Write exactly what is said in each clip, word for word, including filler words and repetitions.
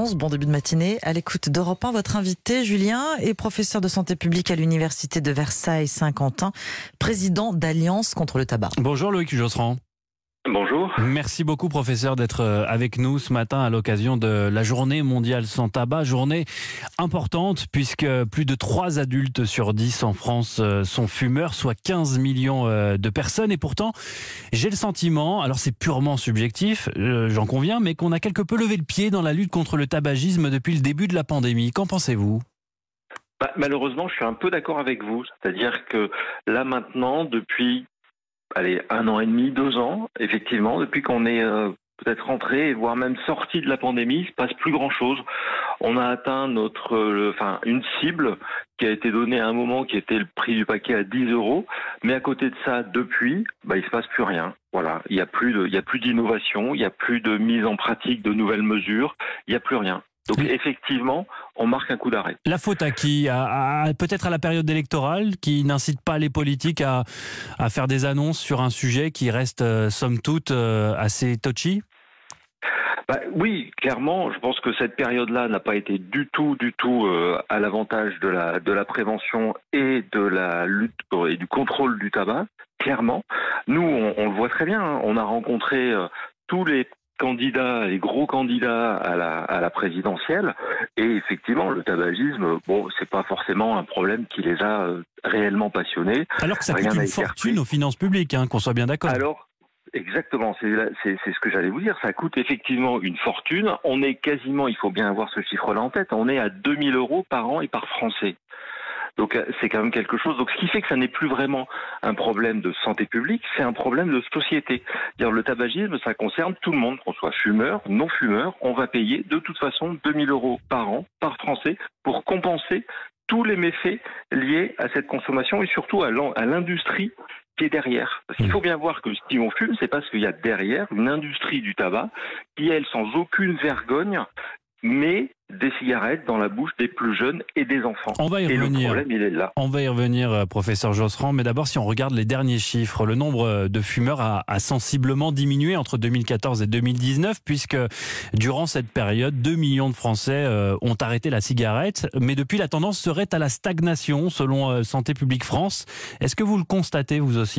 onze. Bon début de matinée. À l'écoute d'Europe un, votre invité, Julien, est professeur de santé publique à l'université de Versailles-Saint-Quentin, président d'Alliance contre le tabac. Bonjour Loïc Josserand. Bonjour. Merci beaucoup professeur d'être avec nous ce matin à l'occasion de la journée mondiale sans tabac. Journée importante puisque plus de trois adultes sur dix en France sont fumeurs, soit quinze millions de personnes. Et pourtant, j'ai le sentiment, alors c'est purement subjectif, j'en conviens, mais qu'on a quelque peu levé le pied dans la lutte contre le tabagisme depuis le début de la pandémie. Qu'en pensez-vous ? Bah, malheureusement, je suis un peu d'accord avec vous. C'est-à-dire que là maintenant, depuis allez, un an et demi, deux ans, effectivement, depuis qu'on est euh, peut-être rentré, voire même sorti de la pandémie, il ne se passe plus grand-chose. On a atteint notre, euh, enfin, une cible qui a été donnée à un moment qui était le prix du paquet à dix euros. Mais à côté de ça, depuis, bah, il ne se passe plus rien. Voilà, il n'y a plus de, il y a plus d'innovation, il n'y a plus de mise en pratique de nouvelles mesures, il n'y a plus rien. Donc effectivement, on marque un coup d'arrêt. La faute à qui ? à, à, Peut-être à la période électorale qui n'incite pas les politiques à, à faire des annonces sur un sujet qui reste, euh, somme toute, euh, assez touchy ? Bah, oui, clairement, je pense que cette période-là n'a pas été du tout, du tout euh, à l'avantage de la, de la prévention et de la lutte et du contrôle du tabac, clairement. Nous, on, on le voit très bien, hein, on a rencontré euh, tous les candidats, les gros candidats à la, à la présidentielle, et effectivement, le tabagisme, bon, c'est pas forcément un problème qui les a euh, réellement passionnés. Alors que ça coûte une fortune aux finances publiques, hein, qu'on soit bien d'accord. Alors, exactement, c'est, c'est, c'est ce que j'allais vous dire, ça coûte effectivement une fortune. On est quasiment, il faut bien avoir ce chiffre-là en tête, on est à deux mille euros par an et par Français. Donc c'est quand même quelque chose. Donc ce qui fait que ça n'est plus vraiment un problème de santé publique, c'est un problème de société. C'est-à-dire le tabagisme, ça concerne tout le monde, qu'on soit fumeur, non fumeur, on va payer de toute façon deux mille euros par an, par Français, pour compenser tous les méfaits liés à cette consommation et surtout à l'industrie qui est derrière. Parce qu'il faut bien voir que si on fume, c'est parce qu'il y a derrière une industrie du tabac qui, elle, sans aucune vergogne, met des cigarettes dans la bouche des plus jeunes et des enfants. On va y et revenir. Le problème, il est là. On va y revenir, professeur Josserand. Mais d'abord, si on regarde les derniers chiffres, le nombre de fumeurs a, a sensiblement diminué entre deux mille quatorze et deux mille dix-neuf, puisque durant cette période, deux millions de Français euh, ont arrêté la cigarette. Mais depuis, la tendance serait à la stagnation, selon euh, Santé publique France. Est-ce que vous le constatez, vous aussi ?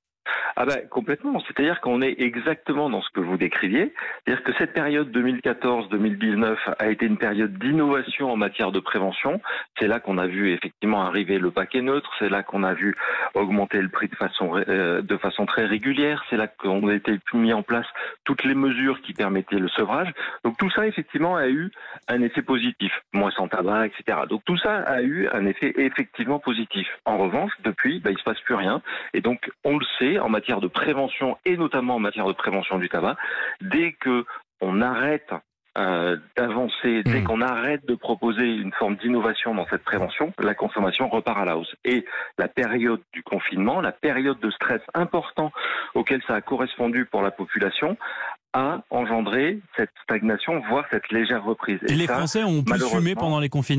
Ah ben complètement, c'est-à-dire qu'on est exactement dans ce que vous décriviez, c'est-à-dire que cette période deux mille quatorze deux mille dix-neuf a été une période d'innovation en matière de prévention. C'est là qu'on a vu effectivement arriver le paquet neutre, c'est là qu'on a vu augmenter le prix de façon euh, de façon très régulière, c'est là qu'on a été mis en place toutes les mesures qui permettaient le sevrage. Donc tout ça effectivement a eu un effet positif, moins sans tabac, et cetera. Donc tout ça a eu un effet effectivement positif. En revanche, depuis, bah, il se passe plus rien, et donc on le sait en matière de prévention et notamment en matière de prévention du tabac, dès que on arrête euh, d'avancer, dès mmh. qu'on arrête de proposer une forme d'innovation dans cette prévention, la consommation repart à la hausse. Et la période du confinement, la période de stress important auquel ça a correspondu pour la population, a engendré cette stagnation, voire cette légère reprise. Et, et les ça, Français ont plus fumé pendant les confinements ?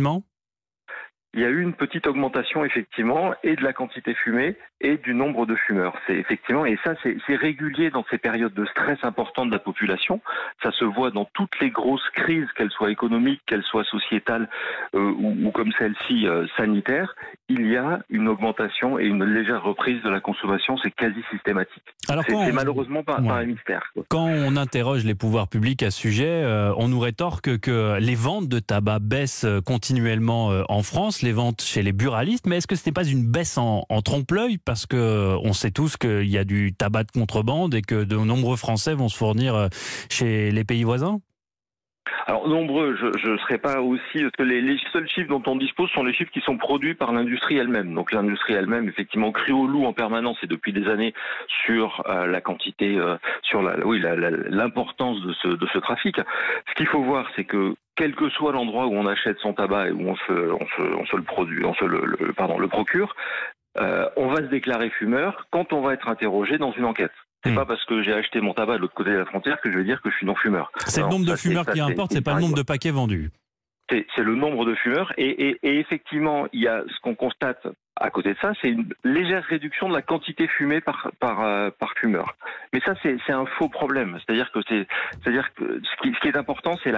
Il y a eu une petite augmentation effectivement et de la quantité fumée et du nombre de fumeurs. C'est effectivement et ça c'est, c'est régulier dans ces périodes de stress importantes de la population. Ça se voit dans toutes les grosses crises, qu'elles soient économiques, qu'elles soient sociétales euh, ou, ou comme celle-ci euh, sanitaire. Il y a une augmentation et une légère reprise de la consommation. C'est quasi systématique. Alors c'est, c'est malheureusement pas, ouais. pas un mystère, quoi. Quand on interroge les pouvoirs publics à ce sujet, euh, on nous rétorque que les ventes de tabac baissent continuellement euh, en France. Les ventes chez les buralistes, mais est-ce que ce n'est pas une baisse en, en trompe-l'œil parce que on sait tous qu'il y a du tabac de contrebande et que de nombreux Français vont se fournir chez les pays voisins ? Alors nombreux, je ne serais pas aussi... Parce que les, les seuls chiffres dont on dispose sont les chiffres qui sont produits par l'industrie elle-même. Donc l'industrie elle-même, effectivement, crie au loup en permanence et depuis des années sur euh, la quantité, euh, sur la, oui, la, la, l'importance de ce, de ce trafic. Ce qu'il faut voir, c'est que quel que soit l'endroit où on achète son tabac et où on se, on se, on se le produit, on se le, le, pardon, le procure, euh, on va se déclarer fumeur quand on va être interrogé dans une enquête. C'est mmh. pas parce que j'ai acheté mon tabac de l'autre côté de la frontière que je vais dire que je suis non-fumeur. C'est Alors, le nombre de fumeurs qui importe, c'est, c'est pas le nombre de paquets vendus. C'est, c'est le nombre de fumeurs et, et, et effectivement, il y a ce qu'on constate à côté de ça, c'est une légère réduction de la quantité fumée par par euh, par fumeur. Mais ça, c'est c'est un faux problème. C'est-à-dire que c'est c'est-à-dire que ce qui, ce qui est important, c'est la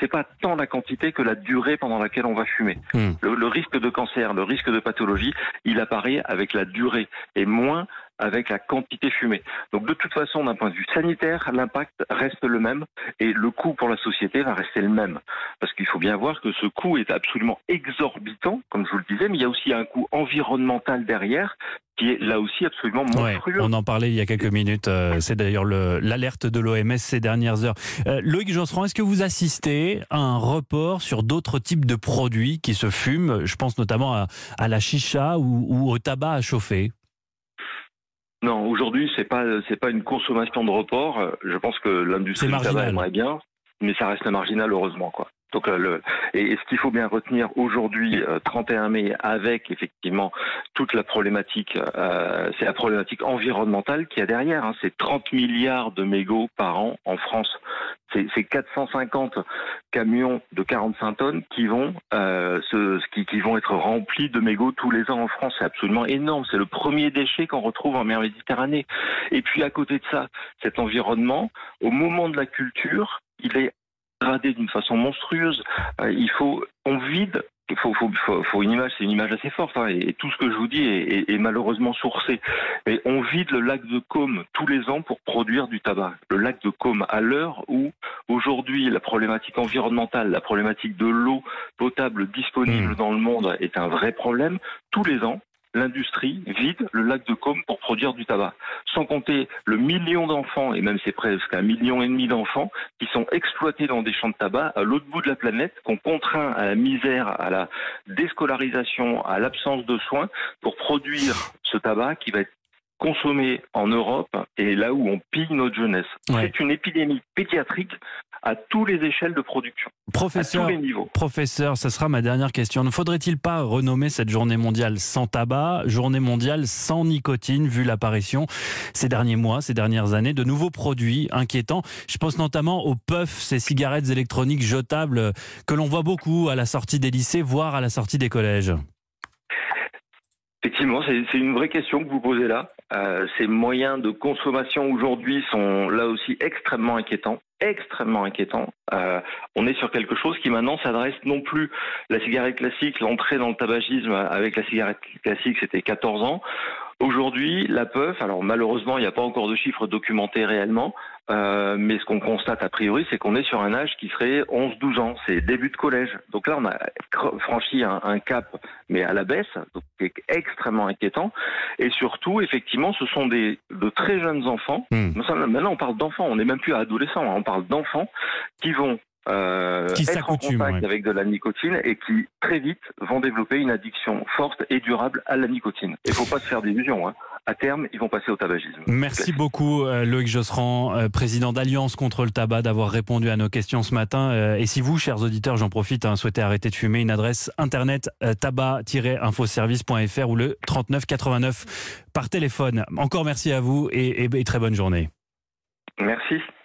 c'est pas tant la quantité que la durée pendant laquelle on va fumer. Mmh. Le, le risque de cancer, le risque de pathologie, il apparaît avec la durée et moins avec la quantité fumée. Donc de toute façon, d'un point de vue sanitaire, l'impact reste le même et le coût pour la société va rester le même. Parce qu'il faut bien voir que ce coût est absolument exorbitant, comme je vous le disais, mais il y a aussi un coût environnemental derrière qui est là aussi absolument monstrueux. Ouais, on en parlait il y a quelques minutes, euh, c'est d'ailleurs le, l'alerte de l'O M S ces dernières heures. Euh, Loïc Josserand, est-ce que vous assistez à un report sur d'autres types de produits qui se fument? Je pense notamment à, à la chicha ou, ou au tabac à chauffer. Non, aujourd'hui, c'est pas c'est pas une consommation de report. Je pense que l'industrie du tabac aimerait bien, mais ça reste marginal, heureusement, quoi. Donc, le, et ce qu'il faut bien retenir aujourd'hui, trente et un mai, avec effectivement toute la problématique, euh, c'est la problématique environnementale qu'il y a derrière. Hein. C'est trente milliards de mégots par an en France. C'est, c'est quatre cent cinquante camions de quarante-cinq tonnes qui vont, euh, se, qui, qui vont être remplis de mégots tous les ans en France. C'est absolument énorme. C'est le premier déchet qu'on retrouve en mer Méditerranée. Et puis à côté de ça, cet environnement, au moment de la culture, il est dégradé d'une façon monstrueuse. Euh, il faut, on vide. Il faut, faut, faut, faut une image, c'est une image assez forte, hein, et, et tout ce que je vous dis est, est, est malheureusement sourcé. Mais on vide le lac de Côme tous les ans pour produire du tabac. Le lac de Côme, à l'heure où aujourd'hui la problématique environnementale, la problématique de l'eau potable disponible mmh. dans le monde est un vrai problème. Tous les ans, l'industrie vide le lac de Côme pour produire du tabac. Sans compter le million d'enfants, et même c'est presque un million et demi d'enfants, qui sont exploités dans des champs de tabac à l'autre bout de la planète, qu'on contraint à la misère, à la déscolarisation, à l'absence de soins, pour produire ce tabac qui va être consommé en Europe et là où on pille notre jeunesse. Ouais. C'est une épidémie pédiatrique à tous les échelles de production, professeur, à tous les niveaux. Professeur, ça sera ma dernière question. Ne faudrait-il pas renommer cette journée mondiale sans tabac, journée mondiale sans nicotine, vu l'apparition ces derniers mois, ces dernières années, de nouveaux produits inquiétants? Je pense notamment aux puffs, ces cigarettes électroniques jetables que l'on voit beaucoup à la sortie des lycées, voire à la sortie des collèges. Effectivement, c'est, c'est une vraie question que vous posez là. Euh, ces moyens de consommation aujourd'hui sont là aussi extrêmement inquiétants. extrêmement inquiétant. Euh, on est sur quelque chose qui maintenant s'adresse non plus la cigarette classique, l'entrée dans le tabagisme avec la cigarette classique, c'était quatorze ans. Aujourd'hui, la puff, alors malheureusement, il n'y a pas encore de chiffres documentés réellement, euh, mais ce qu'on constate a priori, c'est qu'on est sur un âge qui serait onze douze ans, c'est début de collège. Donc là, on a franchi un, un cap, mais à la baisse, donc c'est extrêmement inquiétant. Et surtout, effectivement, ce sont des de très jeunes enfants. Mmh. Maintenant, on parle d'enfants, on n'est même plus à adolescents, hein, on parle d'enfants qui vont Euh, qui être en contact ouais. avec de la nicotine et qui très vite vont développer une addiction forte et durable à la nicotine. Il ne faut pas se faire d'illusions. Hein. À terme, ils vont passer au tabagisme. Merci beaucoup euh, Loïc Josserand, euh, président d'Alliance contre le tabac, d'avoir répondu à nos questions ce matin. Euh, et si vous, chers auditeurs, j'en profite, hein, souhaitez arrêter de fumer, une adresse internet euh, tabac tiret infoservice point f r ou le trente-neuf quatre-vingt-neuf par téléphone. Encore merci à vous et, et, et très bonne journée. Merci.